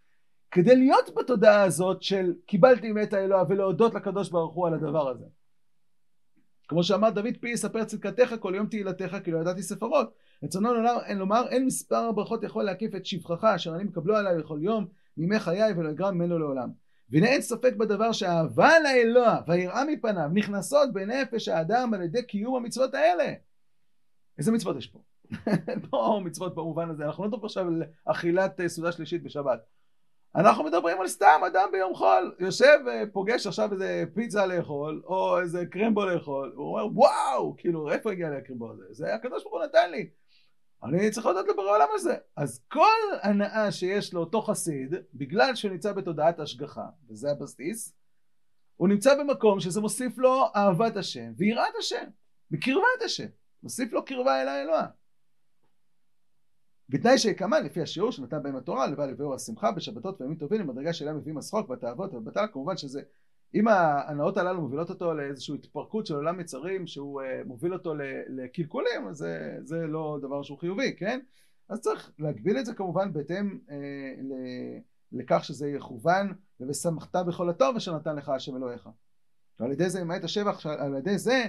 כדי להיות בתודעה הזאת של קיבלתי מאת האלוה ולהודות לקדוש ברוך הוא על הדבר הזה. כמו שאמר דוד, פי יספר צדקתך כל יום תהילתך כי לא ידעתי ספרות. רצונו לומר אין מספר הברכות יכול להקיף את שבחך אשר אני מקבלו עליי בכל יום מימי חיי ולא יגרם ממנו לעולם. והנה אין ספק בדבר שהאהבה לאלוה והיראה מפניו נכנסות בנפש האדם על ידי קיום המצוות האלה. איזה מצוות יש פה? לא מצוות במובן הזה, אנחנו לא מדברים עכשיו על אכילת סעודה שלישית בשבת. אנחנו מדברים על סתם אדם ביום חול, יושב ופוגש עכשיו איזה פיצה לאכול, או איזה קרמבו לאכול, הוא אומר וואו, כאילו איפה הגיע לי הקרמבו הזה? זה הקדוש ברוך הוא נתן לי. אני צריך לדעת לו בעולם הזה. אז כל הנאה שיש לאותו חסיד, בגלל שהוא נמצא בתודעת השגחה, וזה הבסיס, הוא נמצא במקום שזה מוסיף לו אהבת השם, ויראת השם, בקרבת השם. מוסיף לו קרבה אל האלוה. בתנאי שיקמה לפי השיעור שנתן בהם התורה, לבא לביאור השמחה בשבתות וימים טובים, למדרגה שאליה מביאים השחוק והתאוות והבטלה, כמובן שזה, אם ההנאות הללו מובילות אותו לאיזושהי התפרקות של עולם יצרים, שהוא מוביל אותו לקלקולים, אז זה לא דבר שהוא חיובי, כן? אז צריך להגביל את זה כמובן בהתאם לכך שזה יכוון, ושמחת בכל הטוב אשר נתן לך השם אלוהיך. ועל ידי זה, למעט השבח, על ידי זה,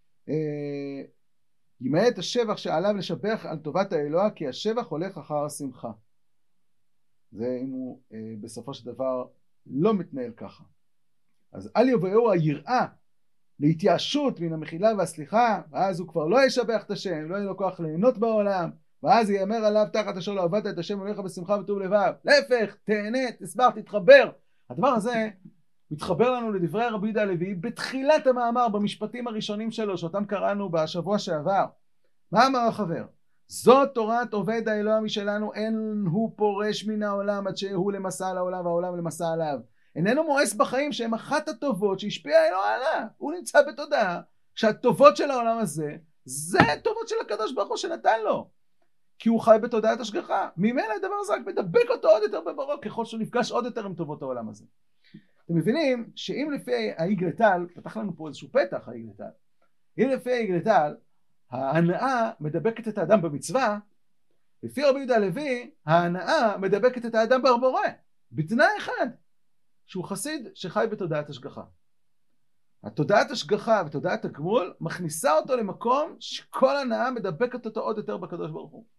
ימעט השבח שעליו לשבח על טובת האלוה, כי השבח הולך אחר השמחה. זה אם הוא בסופו של דבר לא מתנהל ככה. אז אל יובאו היראה להתייאשות מן המחילה והסליחה, ואז הוא כבר לא ישבח את השם, לא יהיה לו כוח ליהנות בעולם, ואז יאמר עליו תחת אשר לא עבדת את השם אלוהיך בשמחה וטוב לבב. להפך, תהנה, תשמח, תתחבר. הדבר הזה מתחבר לנו לדברי רבי יהודה הלוי בתחילת המאמר, במשפטים הראשונים שלו, שאותם קראנו בשבוע שעבר. מה אמר החבר? זאת תורת עובד האלוה משלנו, אין הוא פורש מן העולם עד שהוא למסע לעולם והעולם למסע עליו. איננו מואס בחיים שהם אחת הטובות שהשפיע האלוה עליו. הוא נמצא בתודעה שהטובות של העולם הזה, זה טובות של הקדוש ברוך הוא שנתן לו. כי הוא חי בתודעת השגחה. ממילא הדבר הזה רק מדבק אותו עוד יותר בברו, ככל שהוא נפגש עוד יותר עם טובות העולם הזה. אתם מבינים שאם לפי האיגרטל, פתח לנו פה איזשהו פתח האיגרטל, אם לפי האיגרטל, ההנאה מדבקת את האדם במצווה, לפי רבי יהודה הלוי, ההנאה מדבקת את האדם בבורא, בתנאי אחד, שהוא חסיד שחי בתודעת השגחה. התודעת השגחה ותודעת הגמול מכניסה אותו למקום שכל הנאה מדבקת אותו עוד יותר בקדוש ברוך הוא.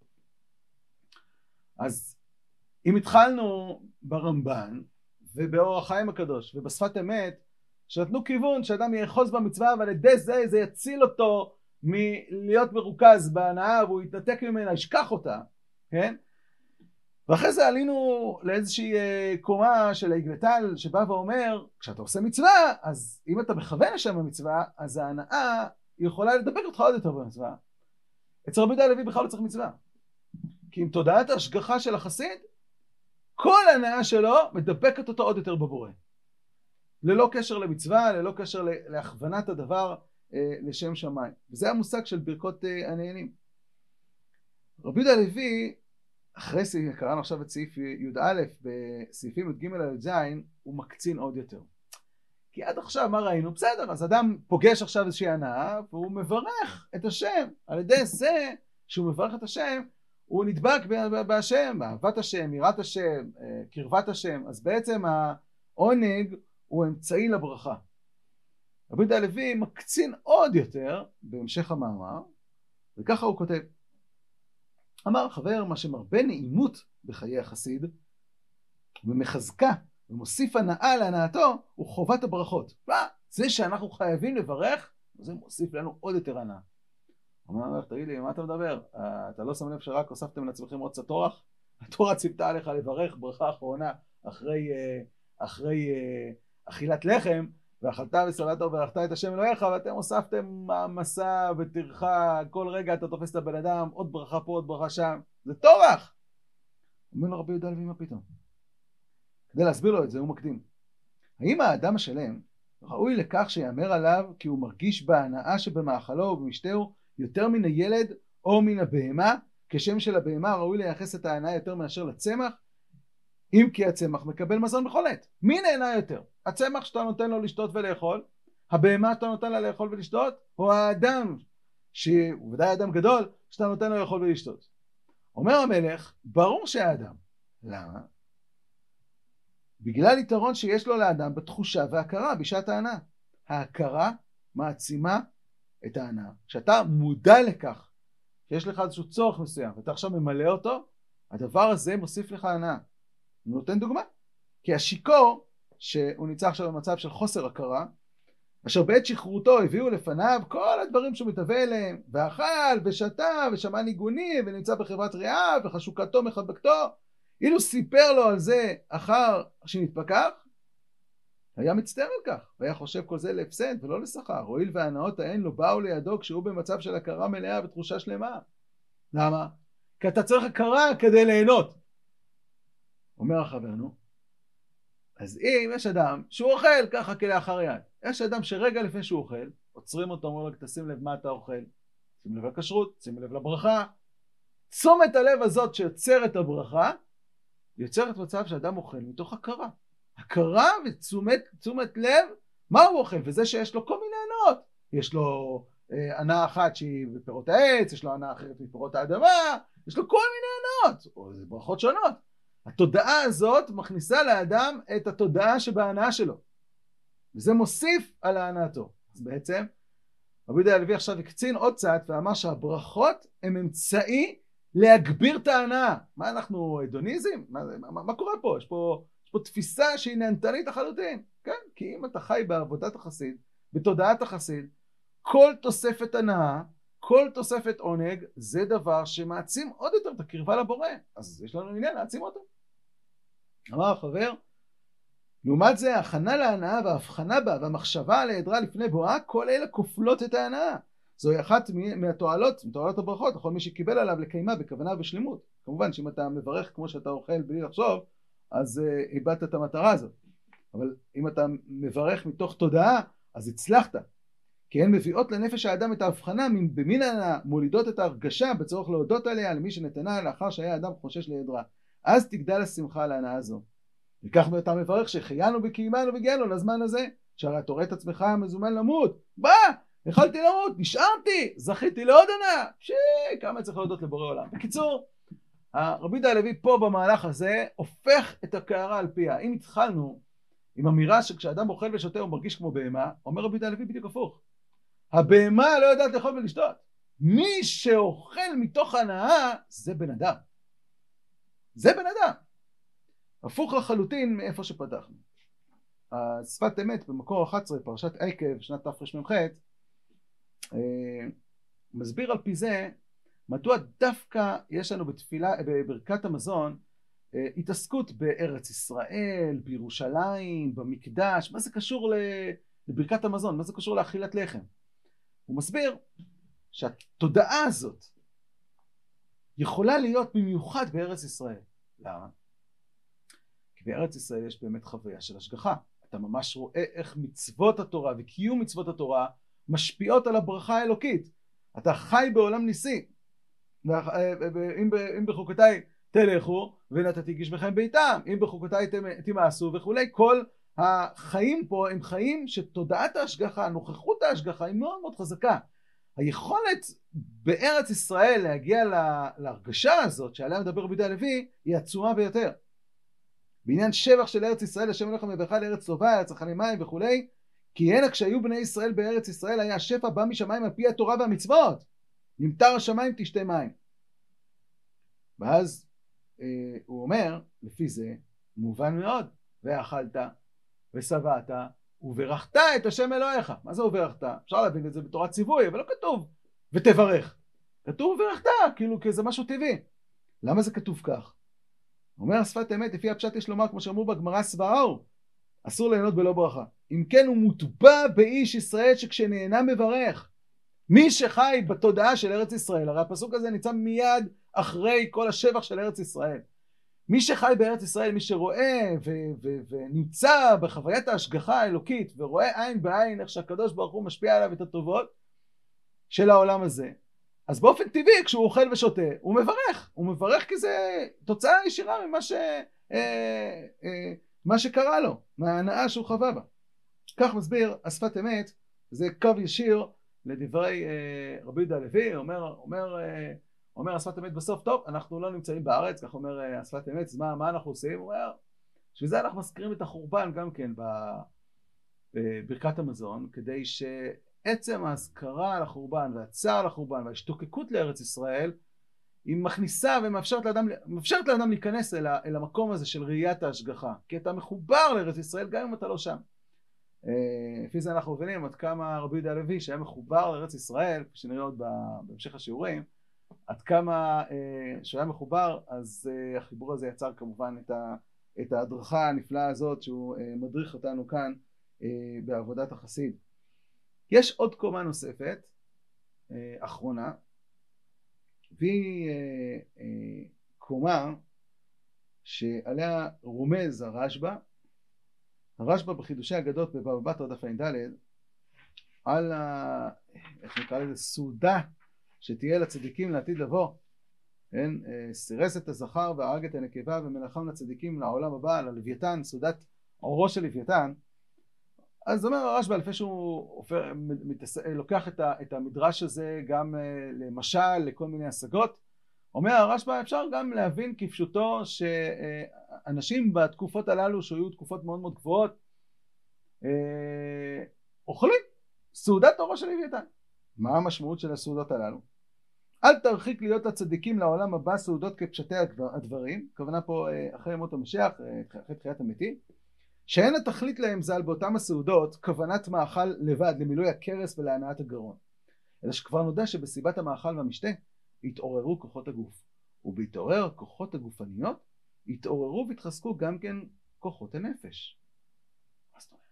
אז אם התחלנו ברמב"ן, ובאור החיים הקדוש, ובשפת אמת, שנתנו כיוון שאדם יאחוז במצווה, אבל ידי זה יציל אותו מלהיות מרוכז בהנאה, והוא יתנתק ממנה, ישכח אותה, כן? ואחרי זה עלינו לאיזושהי קומה של האיגרטל, שבא ואומר, כשאתה עושה מצווה, אז אם אתה מכוון לשם במצווה, אז ההנאה יכולה לדבק אותך עוד יותר במצווה. אצל רבי יהודה הלוי בכלל לא צריך מצווה. כי עם תודעת ההשגחה של החסיד, כל הנאה שלו מדבקת אותו עוד יותר בבורא. ללא קשר למצווה, ללא קשר להכוונת הדבר לשם שמיים. וזה המושג של ברכות הנהנים. רבי יהודה הלוי, אחרי קראנו עכשיו את סעיף י"א, בסעיפים י"ג עד י"ז, הוא מקצין עוד יותר. כי עד עכשיו מה ראינו? בסדר, אז אדם פוגש עכשיו איזושהי הנאה, והוא מברך את השם. על ידי זה שהוא מברך את השם, הוא נדבק בהשם, אהבת השם, יראת השם, קרבת השם. אז בעצם העונג הוא אמצעי לברכה. רבי יהודה הלוי מקצין עוד יותר בהמשך המאמר, וככה הוא כותב. אמר חבר, מה שמרבה נעימות בחיי החסיד, ומחזקה ומוסיף הנאה להנאתו, הוא חובת הברכות. זה שאנחנו חייבים לברך, זה מוסיף לנו עוד יותר הנאה. הוא אומר, תגיד לי, מה אתה מדבר? אתה לא שם לב שרק הוספתם לעצמכם עוד קצת טורח? התורה ציפתה עליך לברך ברכה אחרונה אחרי אכילת לחם, ואכלת ושבעת וברכת את השם אלוהיך, ואתם הוספתם מסע וטרחה, כל רגע אתה תופס את הבן אדם, עוד ברכה פה, עוד ברכה שם. זה טורח! אומר לו רבי יהודה הלוי, מה פתאום? כדי להסביר לו את זה, הוא מקדים. האם האדם השלם ראוי לכך שיאמר עליו כי הוא מרגיש בהנאה שבמאכלו ובמשתהו יותר מן הילד או מן הבהמה, כשם של הבהמה ראוי לייחס את ההנאה יותר מאשר לצמח, אם כי הצמח מקבל מזון בכל עת. מי נהנה יותר? הצמח שאתה נותן לו לשתות ולאכול, הבהמה שאתה נותן לה לאכול ולשתות, או האדם, שהוא ודאי אדם גדול, שאתה נותן לו לאכול ולשתות? אומר המלך, ברור שהאדם. למה? בגלל יתרון שיש לו לאדם בתחושה וההכרה בשעת ההנאה. ההכרה מעצימה את ההנאה. כשאתה מודע לכך שיש לך איזשהו צורך מסוים ואתה עכשיו ממלא אותו, הדבר הזה מוסיף לך הנאה. אני נותן דוגמה. כי השיכור, שהוא נמצא עכשיו במצב של חוסר הכרה, אשר בעת שחרורתו הביאו לפניו כל הדברים שהוא מתהווה אליהם, ואכל ושתה ושמע ניגונים ונמצא בחברת ריאה וחשוקתו מחבקתו, אילו סיפר לו על זה אחר שנתפכח, היה מצטער על כך, והיה חושב כל זה להפסד ולא לשכר, הואיל וההנאות ההן לא באו לידו כשהוא במצב של הכרה מלאה ותחושה שלמה. למה? כי אתה צריך הכרה כדי ליהנות. אומר החבר, נו, אז אם יש אדם שהוא אוכל ככה כלאחר יד, יש אדם שרגע לפני שהוא אוכל, עוצרים אותו, אומר לו, תשים לב מה אתה אוכל, שים לב לכשרות, שים לב לברכה. תשומת הלב הזאת שיוצרת הברכה, יוצרת מצב שאדם אוכל מתוך הכרה. הכרה ותשומת לב מה הוא אוכל, וזה שיש לו כל מיני הנאות. יש לו הנאה אחת שהיא בפירות העץ, יש לו הנאה אחרת מפירות האדמה, יש לו כל מיני הנאות, או זה ברכות שונות. התודעה הזאת מכניסה לאדם את התודעה שבהנאה שלו, וזה מוסיף על ההנאתו. אז בעצם רבי יהודה הלוי עכשיו הקצין עוד צעד ואמר שהברכות הם אמצעי להגביר את ההנאה. מה אנחנו, הדוניזם? מה קורה פה? יש פה תפיסה שהיא נהנתנית לחלוטין, כן? כי אם אתה חי בעבודת החסיד, בתודעת החסיד, כל תוספת הנאה, כל תוספת עונג, זה דבר שמעצים עוד יותר את הקרבה לבורא. אז יש לנו עניין להעצים אותו. אמר החבר, לעומת זה, ההכנה להנאה וההבחנה בה והמחשבה על ההיעדרה לפני בואה, כל אלה כופלות את ההנאה. זוהי אחת מתועלות הברכות, לכל מי שקיבל עליו לקיימה בכוונה ושלמות. כמובן שאם אתה מברך כמו שאתה אוכל בלי לחשוב, אז איבדת את המטרה הזאת. אבל אם אתה מברך מתוך תודעה, אז הצלחת. כי הן מביאות לנפש האדם את ההבחנה במין ההנאה, מולידות את ההרגשה בצורך להודות עליה למי שנתנה לאחר שהיה אדם חושש להיעדרה. אז תגדל השמחה על ההנאה הזו. וכך אתה מברך שחיינו וקיימנו והגיענו לזמן הזה, שהרי אתה רואה את עצמך מזומן למות. יכולתי למות, נשארתי, זכיתי לעוד הנאה. כמה צריך להודות לבורא עולם. בקיצור, רבי יהודה הלוי פה במהלך הזה הופך את הקערה על פיה. אם התחלנו עם אמירה שכשאדם אוכל ושותה הוא מרגיש כמו בהמה, אומר רבי יהודה הלוי בדיוק הפוך. הבהמה לא יודעת לאכול ולשתות. מי שאוכל מתוך הנאה זה בן אדם. זה בן אדם. הפוך לחלוטין מאיפה שפתחנו. שפת אמת במקור 11 פרשת עקב שנת תרמ"ח מסביר על פי זה מדוע דווקא יש לנו בתפילה בברכת המזון התעסקות בארץ ישראל, בירושלים, במקדש. מה זה קשור לברכת המזון? מה זה קשור לאכילת לחם? הוא מסביר שהתודעה הזאת יכולה להיות במיוחד בארץ ישראל. למה? כי בארץ ישראל יש באמת חוויה של השגחה. אתה ממש רואה איך מצוות התורה וקיום מצוות התורה משפיעות על הברכה האלוקית. אתה חי בעולם ניסי. אם בחוקותיי תלכו ונתתי גשמכם ביתם, אם בחוקותיי תמאסו וכולי. כל החיים פה הם חיים שתודעת ההשגחה, נוכחות ההשגחה היא מאוד מאוד חזקה. היכולת בארץ ישראל להגיע להרגשה הזאת שעליה מדבר רבי יהודה הלוי היא עצומה ביותר. בעניין שבח של ארץ ישראל, השם הולך מברך לארץ טובה, ארץ נחלי מים וכולי, כי הנה כשהיו בני ישראל בארץ ישראל היה השפע בא משמיים על פי התורה והמצוות, נמטר השמיים תשתה מים. ואז הוא אומר, לפי זה מובן מאוד, ואכלת ושבעת וברכת את השם אלוהיך. מה זה וברכת? אפשר להבין את זה בתורת ציווי, אבל לא כתוב ותברך. כתוב וברכת, כאילו כי זה משהו טבעי. למה זה כתוב כך? אומר השפת אמת, לפי הפשט יש לומר, כמו שאמרו בגמרא סבאו, אסור ליהנות בלא ברכה. אם כן הוא מוטבע באיש ישראל שכשנהנה מברך. מי שחי בתודעה של ארץ ישראל, הרי הפסוק הזה נמצא מיד אחרי כל השבח של ארץ ישראל. מי שחי בארץ ישראל, מי שרואה ונמצא בחוויית ההשגחה האלוקית, ורואה עין בעין איך שהקדוש ברוך הוא משפיע עליו את הטובות של העולם הזה, אז באופן טבעי כשהוא אוכל ושותה הוא מברך. הוא מברך כי זה תוצאה ישירה מה שקרה לו, מההנאה שהוא חווה בה. כך מסביר השפת אמת, זה קו ישיר לדברי רבי יהודה הלוי. אומר השפת אמת בסוף, טוב, אנחנו לא נמצאים בארץ, כך אומר השפת אמת, אז מה אנחנו עושים? הוא אומר, בשביל זה אנחנו מזכירים את החורבן גם כן בברכת המזון, כדי שעצם ההזכרה על החורבן והצער על החורבן וההשתוקקות לארץ ישראל היא מכניסה ומאפשרת לאדם להיכנס אל המקום הזה של ראיית ההשגחה, כי אתה מחובר לארץ ישראל גם אם אתה לא שם. לפי זה אנחנו מבינים עד כמה רבי יהודה הלוי שהיה מחובר לארץ ישראל, כפי שנראה עוד בהמשך השיעורים, עד כמה שהוא היה מחובר, אז החיבור הזה יצר כמובן את ההדרכה הנפלאה הזאת שהוא מדריך אותנו כאן בעבודת החסיד. יש עוד קומה נוספת, אחרונה, והיא קומה שעליה רומז הרשב"א. הרשב"א בחידושי אגדות בבבא בתרא דף ע"ד על איך נקרא לזה, סעודה שתהיה לצדיקים לעתיד לבוא, כן? סירס את הזכר והרג את הנקבה ומנחם לצדיקים לעולם הבא, ללוויתן, סעודת עורו של לוויתן. אז אומר הרשב"א, לפני שהוא לוקח את המדרש הזה גם למשל לכל מיני השגות, אומר הרשב"א אפשר גם להבין כפשוטו שאנשים בתקופות הללו שהיו תקופות מאוד מאוד גבוהות אוכלים סעודת עורו של לוויתן. מה המשמעות של הסעודות הללו? אל תרחיק להיות הצדיקים לעולם הבא סעודות כפשטי הדברים, הכוונה פה אחרי ימות המשיח, אחרי תחיית המתים, שאין התכלית להם ז"ל באותם הסעודות כוונת מאכל לבד למילוי הכרס ולהנאת הגרון, אלא שכבר נודע שבסיבת המאכל והמשתה התעוררו כוחות הגוף, ובהתעורר כוחות הגופניות התעוררו והתחזקו גם כן כוחות הנפש. מה זאת אומרת?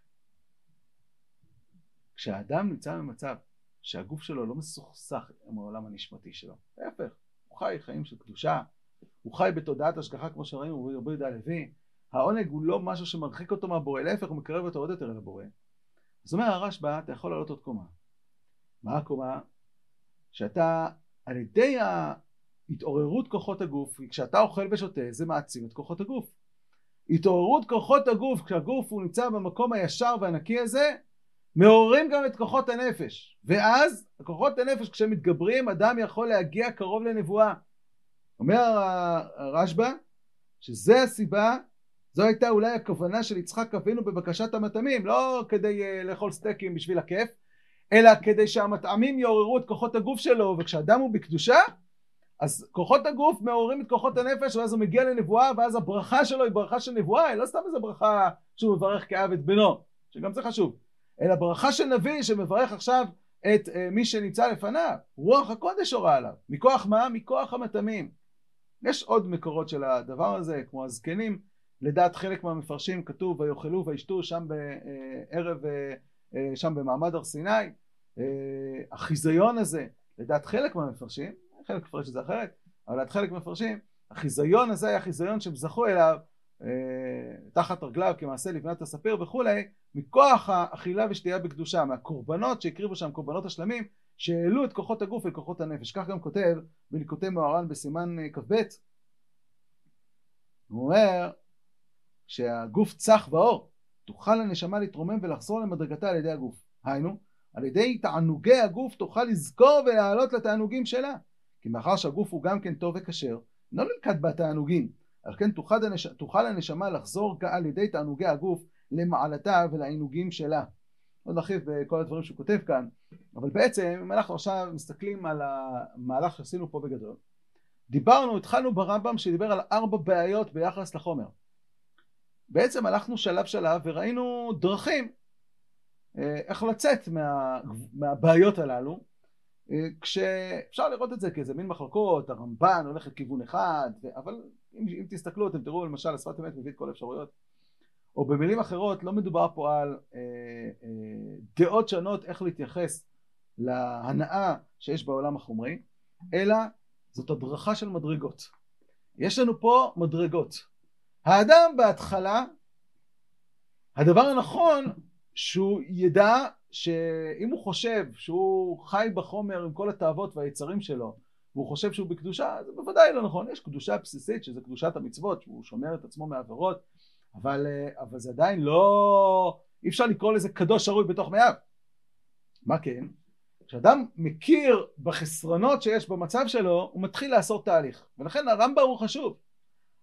כשהאדם נמצא במצב שהגוף שלו לא מסוכסך עם העולם הנשמתי שלו, להפך, הוא חי חיים של קדושה, הוא חי בתודעת השגחה כמו שראינו רבי יהודה הלוי, העונג הוא לא משהו שמרחיק אותו מהבורא, להפך הוא מקרב אותו עוד יותר אל הבורא. אז אומר הרשב"א, אתה יכול לעלות עוד קומה. מה הקומה? שאתה על ידי התעוררות כוחות הגוף, כשאתה אוכל ושותה זה מעצים את כוחות הגוף. התעוררות כוחות הגוף, כשהגוף הוא נמצא במקום הישר והנקי הזה, מעוררים גם את כוחות הנפש, ואז כוחות הנפש כשהם מתגברים אדם יכול להגיע קרוב לנבואה. אומר הרשב"א שזה הסיבה, זו הייתה אולי הכוונה של יצחק אבינו בבקשת המטעמים, לא כדי לאכול סטייקים בשביל הכיף, אלא כדי שהמטעמים יעוררו את כוחות הגוף שלו, וכשאדם הוא בקדושה אז כוחות הגוף מעוררים את כוחות הנפש, ואז הוא מגיע לנבואה, ואז הברכה שלו היא ברכה של נבואה, היא לא סתם איזו ברכה שהוא מברך כאב את בנו, שגם זה חשוב, אלא ברכה של נביא שמברך עכשיו את מי שנמצא לפניו, רוח הקודש הורה עליו. מכוח מה? מכוח המטעמים. יש עוד מקורות של הדבר הזה, כמו הזקנים, לדעת חלק מהמפרשים כתוב ויאכלו וישתו שם בערב, שם במעמד הר סיני. החיזיון הזה, לדעת חלק מהמפרשים, חלק מפרש את זה אחרת, אבל לדעת חלק מהמפרשים, החיזיון הזה היה חיזיון שהם זכו אליו תחת רגליו כמעשה לבנת הספיר וכולי, מכוח האכילה ושתייה בקדושה, מהקורבנות שהקריבו שם, קורבנות השלמים שהעלו את כוחות הגוף וכוחות הנפש. כך גם כותב בליקוטי מוהר"ן בסימן כ"ב, הוא אומר שהגוף צח ואור, תוכל הנשמה להתרומם ולחזור למדרגתה על ידי הגוף. היינו, על ידי תענוגי הגוף תוכל לזכור ולהעלות לתענוגים שלה, כי מאחר שהגוף הוא גם כן טוב וכשר, לא נלכד בתענוגים, על כן תוכל הנשמה לחזור על ידי תענוגי הגוף למעלתה ולעינוגים שלה. עוד נרחיב בכל הדברים שהוא כותב כאן, אבל בעצם אם אנחנו עכשיו מסתכלים על המהלך שעשינו פה בגדול, התחלנו ברמב"ם שדיבר על 4 בעיות ביחס לחומר. בעצם הלכנו שלב שלב וראינו דרכים איך לצאת מהבעיות הללו, כשאפשר לראות את זה כאיזה מין מחלוקות, הרמב"ן הולך לכיוון אחד, אבל אם תסתכלו אתם תראו למשל השפת אמת מביא את כל האפשרויות, או במילים אחרות לא מדובר פה על דעות שונות איך להתייחס להנאה שיש בעולם החומרי, אלא זאת הדרכה של מדרגות. יש לנו פה מדרגות. האדם בהתחלה, הדבר הנכון שהוא ידע שאם הוא חושב שהוא חי בחומר עם כל התאוות והיצרים שלו, והוא חושב שהוא בקדושה, זה בוודאי לא נכון. יש קדושה בסיסית שזה קדושת המצוות, שהוא שומר את עצמו מעבירות, אבל זה עדיין לא, אי אפשר לקרוא לזה קדוש שרוי בתוך מאיו. מה כן? כשאדם מכיר בחסרונות שיש במצב שלו, הוא מתחיל לעשות תהליך. ולכן הרמב"ם הוא חשוב.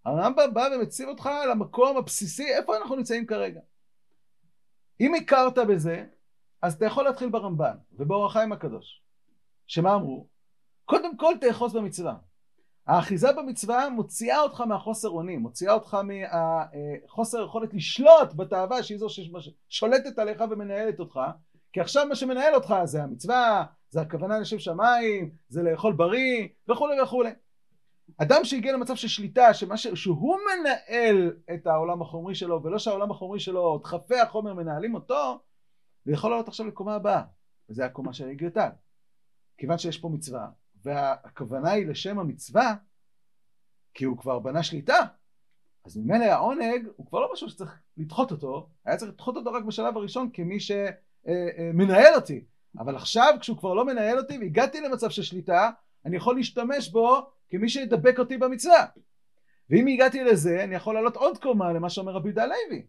הרמב"ם בא ומציב אותך למקום הבסיסי, איפה אנחנו נמצאים כרגע. אם הכרת בזה, אז אתה יכול להתחיל ברמב"ן ובאור החיים הקדוש. שמה אמרו? קודם כל תאחוז במצווה. האחיזה במצווה מוציאה אותך מהחוסר אונים, מוציאה אותך מהחוסר יכולת לשלוט בתאווה שהיא זו ששולטת עליך ומנהלת אותך, כי עכשיו מה שמנהל אותך זה המצווה, זה הכוונה לשם שמיים, זה לאכול בריא וכו' וכו'. אדם שהגיע למצב של שליטה, שהוא מנהל את העולם החומרי שלו, ולא שהעולם החומרי שלו, דחפי החומר מנהלים אותו, הוא יכול לעלות עכשיו לקומה הבאה, וזה הקומה של הגלתן. כיוון שיש פה מצווה, והכוונה היא לשם המצווה, כי הוא כבר בנה שליטה, אז ממילא העונג הוא כבר לא משהו שצריך לדחות אותו, היה צריך לדחות אותו רק בשלב הראשון כמי שמנהל אותי, אבל עכשיו כשהוא כבר לא מנהל אותי והגעתי למצב של שליטה, אני יכול להשתמש בו כמי שידבק אותי במצווה. ואם הגעתי לזה, אני יכול לעלות עוד קומה למה שאומר רבי יהודה הלוי,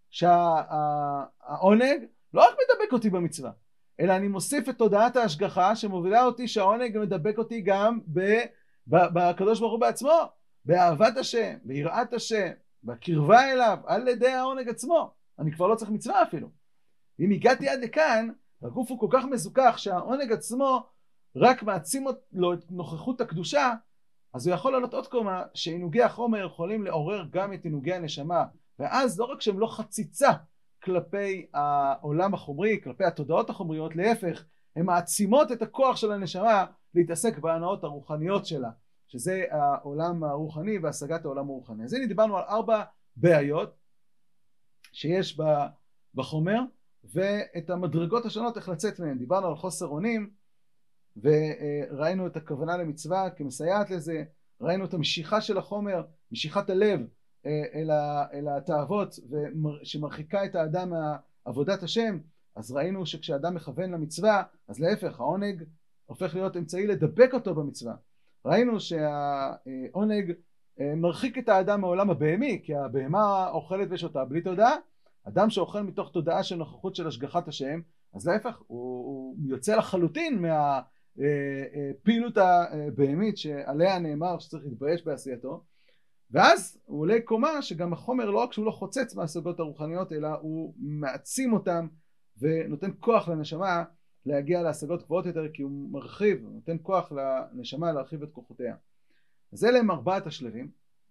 שהעונג לא רק מדבק אותי במצווה, אלא אני מוסיף את תודעת ההשגחה שמובילה אותי שהעונג מדבק אותי גם בקדוש ברוך הוא בעצמו, באהבת השם, ביראת השם, בקרבה אליו, על ידי העונג עצמו. אני כבר לא צריך מצווה אפילו. אם הגעתי עד לכאן, הגוף הוא כל כך מזוכח שהעונג עצמו רק מעצים לו את נוכחות הקדושה, אז הוא יכול לעלות עוד קומה שעינוגי החומר יכולים לעורר גם את עינוגי הנשמה, ואז לא רק שהם לא חציצה כלפי העולם החומרי, כלפי התודעות החומריות, להפך, הן מעצימות את הכוח של הנשמה להתעסק בהנאות הרוחניות שלה, שזה העולם הרוחני והשגת העולם הרוחני. אז הנה דיברנו על 4 בעיות שיש בחומר, ואת המדרגות השונות איך לצאת מהן. דיברנו על חוסר אונים, וראינו את הכוונה למצווה כמסייעת לזה, ראינו את המשיכה של החומר, משיכת הלב אל התאוות שמרחיקה את האדם מעבודת השם. אז ראינו שכשאדם מכוון למצווה, אז להפך, העונג הופך להיות אמצעי לדבק אותו במצווה. ראינו שהעונג מרחיק את האדם מעולם הבהמי, כי הבהמה אוכלת ושותה בלי תודעה. אדם שאוכל מתוך תודעה של נוכחות של השגחת השם, אז להפך, הוא יוצא לחלוטין מהפעילות הבהמית שעליה נאמר שצריך להתבייש בעשייתו. ואז הוא עולה קומה שגם החומר לא רק שהוא לא חוצץ מהשגות הרוחניות, אלא הוא מעצים אותם ונותן כוח לנשמה להגיע להשגות גבוהות יותר, כי הוא מרחיב, נותן כוח לנשמה להרחיב את כוחותיה. אז אלה הם 4 השלבים,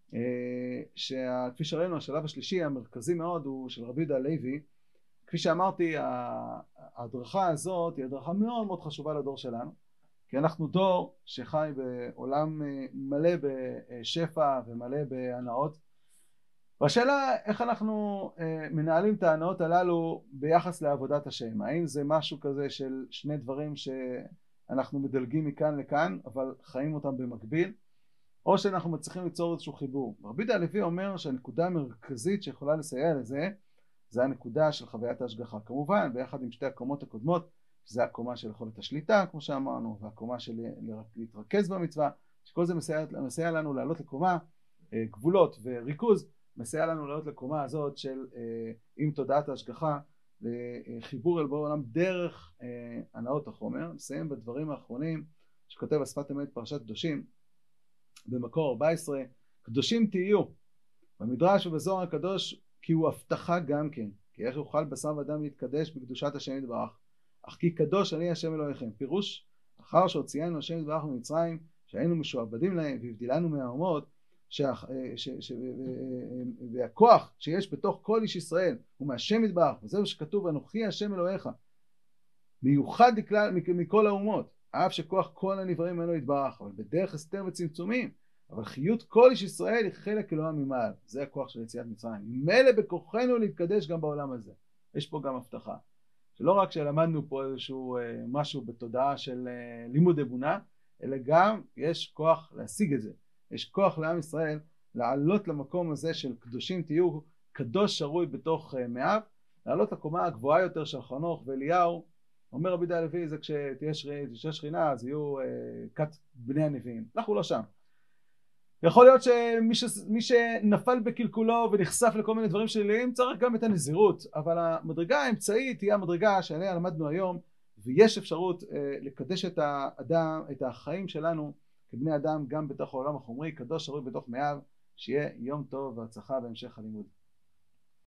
שכפי שראינו השלב השלישי המרכזי מאוד הוא של רבי יהודה הלוי. כפי שאמרתי, ההדרכה הזאת היא הדרכה מאוד מאוד חשובה לדור שלנו, כי אנחנו דור שחי בעולם מלא בשפע ומלא בהנאות, והשאלה איך אנחנו מנהלים את ההנאות הללו ביחס לעבודת השם. האם זה משהו כזה של שני דברים שאנחנו מדלגים מכאן לכאן אבל חיים אותם במקביל, או שאנחנו מצליחים ליצור איזשהו חיבור. רבי יהודה הלוי אומר שהנקודה המרכזית שיכולה לסייע לזה זה הנקודה של חוויית ההשגחה, כמובן ביחד עם שתי הקומות הקודמות, שזה הקומה של יכולת השליטה כמו שאמרנו, והקומה של להתרכז במצווה, שכל זה מסייע לנו לעלות לקומה גבולות וריכוז, מסייע לנו לעלות לקומה הזאת של עם תודעת ההשגחה לחיבור אל בורא עולם דרך הנאות החומר. נסיים בדברים האחרונים שכותב השפת אמת פרשת קדושים במקור 14, קדושים תהיו במדרש ובזוהר הקדוש, כי הוא הבטחה גם כן, כי איך יוכל בשר ודם להתקדש בקדושת השם יתברך, אך כי קדוש אני השם אלוהיכם. פירוש, אחר שהוציאנו השם יתברך ממצרים שהיינו משועבדים להם והבדילנו מהאומות, והכוח שיש בתוך כל איש ישראל הוא מהשם יתברך, וזהו שכתוב אנוכי השם אלוהיך, מיוחד מכל האומות, אף שכוח כל הנבראים ממנו יתברך, אבל בדרך הסתר וצמצומים, אבל חיות כל איש ישראל היא חלק אלוה ממעל. זה הכוח של יציאת מצרים. ממילא בכוחנו להתקדש גם בעולם הזה. יש פה גם הבטחה שלא רק שלמדנו פה איזשהו משהו בתודעה של לימוד אמונה, אלא גם יש כוח להשיג את זה. יש כוח לעם ישראל לעלות למקום הזה של קדושים תהיו, קדוש שרוי בתוך מאיו, לעלות לקומה הגבוהה יותר של חנוך ואליהו. אומר רבי יהודה הלוי, זה כשתהיה שכינה אז יהיו כת בני הנביאים. אנחנו לא שם. יכול להיות שמי שנפל בקלקולו ונחשף לכל מיני דברים שליליים צריך גם את הנזירות, אבל המדרגה האמצעית היא המדרגה שעליה למדנו היום, ויש אפשרות לקדש את האדם, את החיים שלנו כבני אדם גם בתוך העולם החומרי, קדוש שרוי בתוך מאיו, שיהיה יום טוב והצלחה בהמשך הלימוד.